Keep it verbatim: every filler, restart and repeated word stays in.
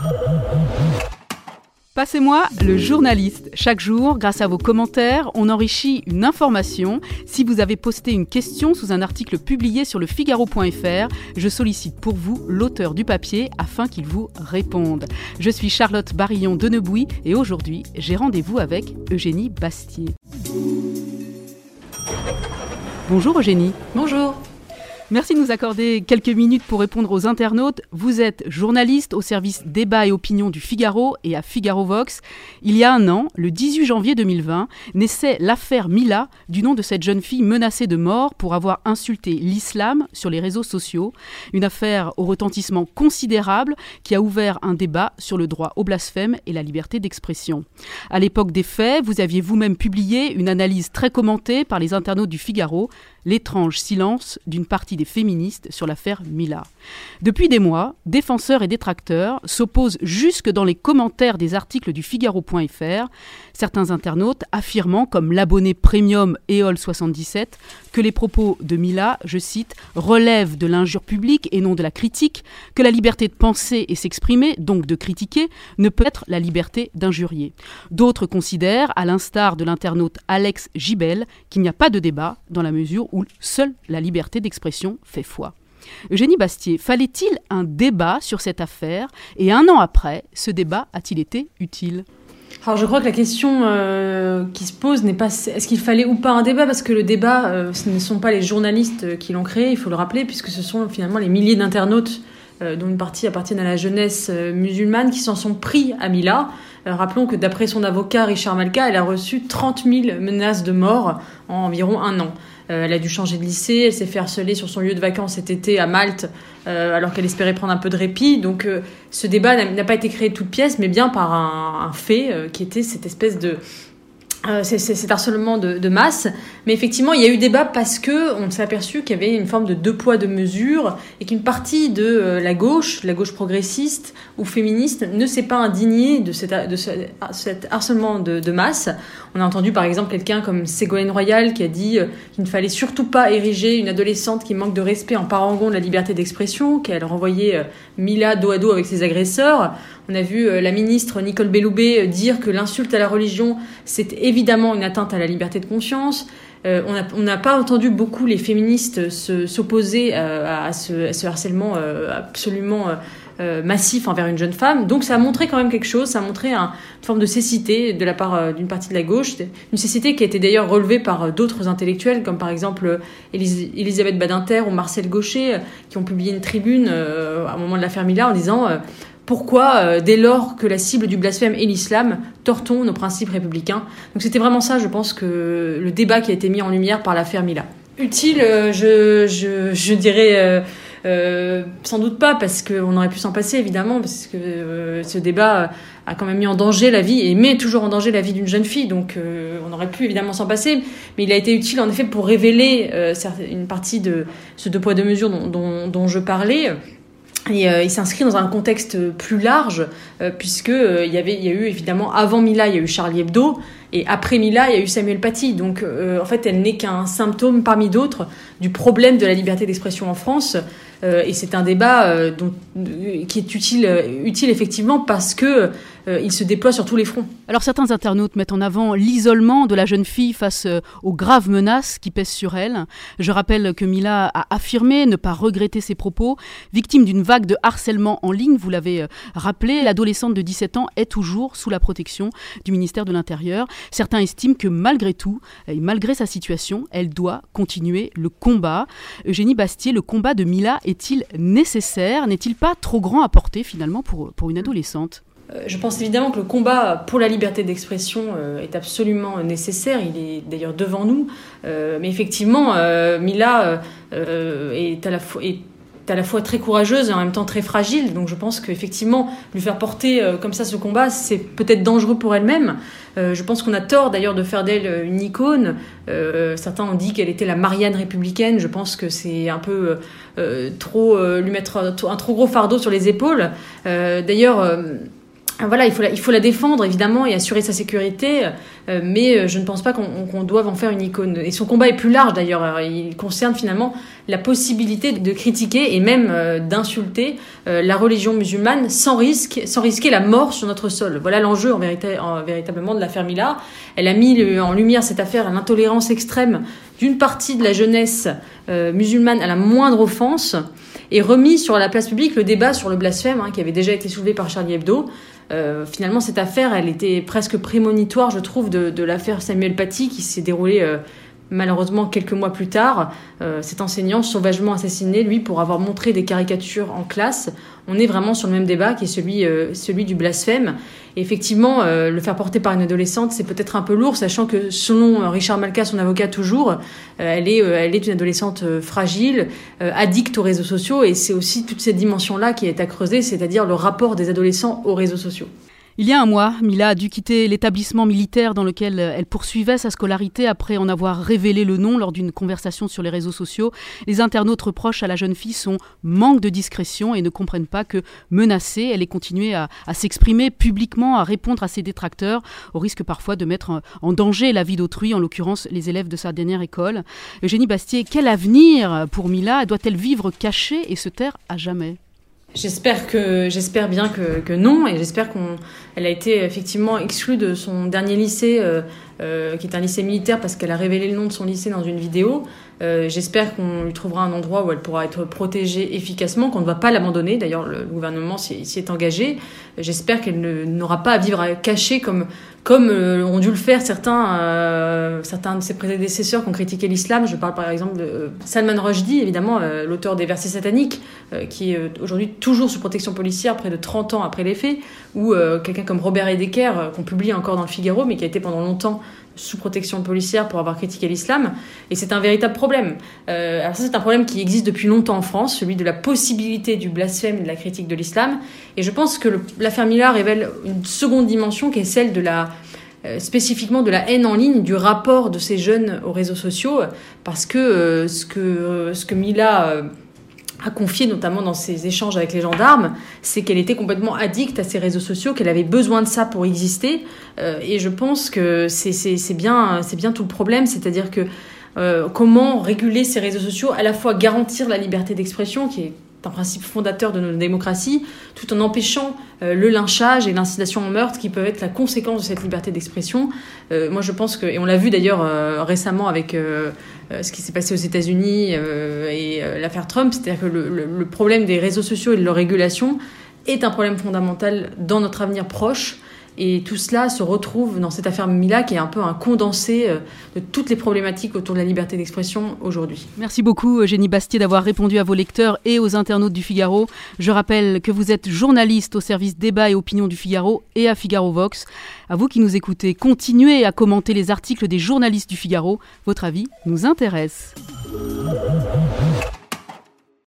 Passez-moi le journaliste. Chaque jour, grâce à vos commentaires, on enrichit une information. Si vous avez posté une question sous un article publié sur le figaro point f r, je sollicite pour vous l'auteur du papier afin qu'il vous réponde. Je suis Charlotte Barillon-Denebouy et aujourd'hui, j'ai rendez-vous avec Eugénie Bastier. Bonjour Eugénie. Bonjour. Merci de nous accorder quelques minutes pour répondre aux internautes. Vous êtes journaliste au service débat et opinion du Figaro et à Figaro Vox. Il y a un an, le dix-huit janvier deux mille vingt, naissait l'affaire Mila, du nom de cette jeune fille menacée de mort pour avoir insulté l'islam sur les réseaux sociaux. Une affaire au retentissement considérable qui a ouvert un débat sur le droit au blasphème et la liberté d'expression. À l'époque des faits, vous aviez vous-même publié une analyse très commentée par les internautes du Figaro, l'étrange silence d'une partie des féministes sur l'affaire Mila. Depuis des mois, défenseurs et détracteurs s'opposent jusque dans les commentaires des articles du figaro point f r, certains internautes affirmant, comme l'abonné premium E O L soixante-dix-sept, que les propos de Mila, je cite, relèvent de l'injure publique et non de la critique, que la liberté de penser et s'exprimer, donc de critiquer, ne peut être la liberté d'injurier. D'autres considèrent, à l'instar de l'internaute Alex Gibel, qu'il n'y a pas de débat dans la mesure où seule la liberté d'expression fait foi. Eugénie Bastier, fallait-il un débat sur cette affaire ? Et un an après, ce débat a-t-il été utile ? Alors je crois que la question euh, qui se pose n'est pas est-ce qu'il fallait ou pas un débat, parce que le débat, euh, ce ne sont pas les journalistes qui l'ont créé, il faut le rappeler, puisque ce sont finalement les milliers d'internautes euh, dont une partie appartiennent à la jeunesse euh, musulmane qui s'en sont pris à Mila. Euh, rappelons que d'après son avocat Richard Malka, elle a reçu trente mille menaces de mort en environ un an. Euh, elle a dû changer de lycée, elle s'est fait harceler sur son lieu de vacances cet été à Malte, euh, alors qu'elle espérait prendre un peu de répit. Donc euh, ce débat n'a, n'a pas été créé de toutes pièces, mais bien par un, un fait euh, qui était cette espèce de... Euh, c'est, c'est, cet harcèlement de, de masse. Mais effectivement, il y a eu débat parce que on s'est aperçu qu'il y avait une forme de deux poids, deux mesures, et qu'une partie de euh, la gauche, la gauche progressiste ou féministe, ne s'est pas indignée de, cette, de ce, cet harcèlement de, de masse. On a entendu par exemple quelqu'un comme Ségolène Royal qui a dit euh, qu'il ne fallait surtout pas ériger une adolescente qui manque de respect en parangon de la liberté d'expression, qu'elle renvoyait euh, Mila dos à dos avec ses agresseurs. On a vu euh, la ministre Nicole Belloubet dire que l'insulte à la religion, c'est évidemment une atteinte à la liberté de conscience. Euh, on n'a pas entendu beaucoup les féministes se, s'opposer euh, à, ce, à ce harcèlement euh, absolument euh, massif envers une jeune femme. Donc ça a montré quand même quelque chose, ça a montré un, une forme de cécité de la part euh, d'une partie de la gauche, une cécité qui a été d'ailleurs relevée par euh, d'autres intellectuels, comme par exemple euh, Elis- Elisabeth Badinter ou Marcel Gauchet, euh, qui ont publié une tribune euh, à un moment de l'affaire Mila en disant... Euh, Pourquoi, euh, dès lors que la cible du blasphème est l'islam, tord-on nos principes républicains ? Donc c'était vraiment ça, je pense, que le débat qui a été mis en lumière par l'affaire Mila. Utile, euh, je, je, je dirais euh, euh, sans doute pas, parce qu'on aurait pu s'en passer, évidemment, parce que euh, ce débat a quand même mis en danger la vie, et met toujours en danger la vie d'une jeune fille, donc euh, on aurait pu évidemment s'en passer, mais il a été utile en effet pour révéler euh, une partie de ce deux poids deux mesures dont, dont, dont je parlais. Et euh, il s'inscrit dans un contexte plus large, euh, puisque euh, il y avait, il y a eu évidemment avant Mila, il y a eu Charlie Hebdo, et après Mila, il y a eu Samuel Paty. Donc, euh, en fait, elle n'est qu'un symptôme parmi d'autres du problème de la liberté d'expression en France. Euh, et c'est un débat euh, dont, euh, qui est utile, euh, utile effectivement parce que euh, il se déploie sur tous les fronts. Alors certains internautes mettent en avant l'isolement de la jeune fille face euh, aux graves menaces qui pèsent sur elle. Je rappelle que Mila a affirmé ne pas regretter ses propos. Victime d'une vague de harcèlement en ligne, vous l'avez euh, rappelé, l'adolescente de dix-sept ans est toujours sous la protection du ministère de l'Intérieur. Certains estiment que malgré tout, et malgré sa situation, elle doit continuer le combat. Eugénie Bastier, le combat de Mila est-il nécessaire ? N'est-il pas trop grand à porter finalement pour, pour une adolescente ? Je pense évidemment que le combat pour la liberté d'expression euh, est absolument nécessaire. Il est d'ailleurs devant nous. Euh, mais effectivement, euh, Mila euh, est, à la fois, est à la fois très courageuse et en même temps très fragile. Donc je pense qu'effectivement, lui faire porter euh, comme ça ce combat, c'est peut-être dangereux pour elle-même. Euh, je pense qu'on a tort d'ailleurs de faire d'elle une icône. Euh, certains ont dit qu'elle était la Marianne républicaine. Je pense que c'est un peu euh, trop euh, lui mettre un, un trop gros fardeau sur les épaules. Euh, d'ailleurs... Euh, Voilà, il faut, la, il faut la défendre, évidemment, et assurer sa sécurité, euh, mais je ne pense pas qu'on, qu'on doive en faire une icône. Et son combat est plus large, d'ailleurs. Il concerne finalement la possibilité de critiquer et même euh, d'insulter euh, la religion musulmane sans risque, sans risquer la mort sur notre sol. Voilà l'enjeu, en vérité, en, véritablement, de l'affaire Mila. Elle a mis le, en lumière cette affaire à l'intolérance extrême d'une partie de la jeunesse euh, musulmane à la moindre offense, et remis sur la place publique le débat sur le blasphème, hein, qui avait déjà été soulevé par Charlie Hebdo. Euh, finalement, cette affaire, elle était presque prémonitoire, je trouve, de, de l'affaire Samuel Paty, qui s'est déroulée euh, malheureusement quelques mois plus tard. Euh, cet enseignant sauvagement assassiné, lui, pour avoir montré des caricatures en classe. On est vraiment sur le même débat, qui est celui, euh, celui du blasphème. Et effectivement, euh, le faire porter par une adolescente, c'est peut-être un peu lourd, sachant que selon Richard Malka, son avocat toujours, euh, elle, est, euh, elle est une adolescente euh, fragile, euh, addicte aux réseaux sociaux, et c'est aussi toute cette dimension-là qui est à creuser, c'est-à-dire le rapport des adolescents aux réseaux sociaux. Il y a un mois, Mila a dû quitter l'établissement militaire dans lequel elle poursuivait sa scolarité après en avoir révélé le nom lors d'une conversation sur les réseaux sociaux. Les internautes reprochent à la jeune fille son manque de discrétion et ne comprennent pas que, menacée, elle ait continué à, à s'exprimer publiquement, à répondre à ses détracteurs, au risque parfois de mettre en danger la vie d'autrui, en l'occurrence les élèves de sa dernière école. Eugénie Bastier, quel avenir pour Mila? Doit-elle vivre cachée et se taire à jamais? J'espère que j'espère bien que, que non, et j'espère qu'elle a été effectivement exclue de son dernier lycée, euh, euh, qui est un lycée militaire, parce qu'elle a révélé le nom de son lycée dans une vidéo. Euh, j'espère qu'on lui trouvera un endroit où elle pourra être protégée efficacement, qu'on ne va pas l'abandonner. D'ailleurs, le gouvernement s'y, s'y est engagé. J'espère qu'elle ne, n'aura pas à vivre cachée comme, comme euh, ont dû le faire certains, euh, certains de ses prédécesseurs qui ont critiqué l'islam. Je parle par exemple de euh, Salman Rushdie, évidemment, euh, l'auteur des versets sataniques, euh, qui est euh, aujourd'hui toujours sous protection policière, près de trente ans après les faits, ou euh, quelqu'un comme Robert Edeker, euh, qu'on publie encore dans le Figaro, mais qui a été pendant longtemps sous protection policière pour avoir critiqué l'islam. Et c'est un véritable problème. Euh, alors ça, c'est un problème qui existe depuis longtemps en France, celui de la possibilité du blasphème et de la critique de l'islam. Et je pense que le, l'affaire Mila révèle une seconde dimension qui est celle de la, euh, spécifiquement de la haine en ligne, du rapport de ces jeunes aux réseaux sociaux, parce que euh, ce que, euh, ce que Mila euh, a confié notamment dans ses échanges avec les gendarmes, c'est qu'elle était complètement addicte à ces réseaux sociaux, qu'elle avait besoin de ça pour exister. Euh, et je pense que c'est, c'est, c'est, bien, c'est bien tout le problème, c'est-à-dire que euh, comment réguler ces réseaux sociaux, à la fois garantir la liberté d'expression, qui est un principe fondateur de notre démocratie, tout en empêchant euh, le lynchage et l'incitation au meurtre qui peuvent être la conséquence de cette liberté d'expression. Euh, moi, je pense que, et on l'a vu d'ailleurs euh, récemment avec euh, euh, ce qui s'est passé aux États-Unis euh, et euh, l'affaire Trump, c'est-à-dire que le, le, le problème des réseaux sociaux et de leur régulation est un problème fondamental dans notre avenir proche. Et tout cela se retrouve dans cette affaire Mila, qui est un peu un condensé de toutes les problématiques autour de la liberté d'expression aujourd'hui. Merci beaucoup Eugénie Bastier d'avoir répondu à vos lecteurs et aux internautes du Figaro. Je rappelle que vous êtes journaliste au service débat et opinion du Figaro et à Figaro Vox. À vous qui nous écoutez, continuez à commenter les articles des journalistes du Figaro. Votre avis nous intéresse.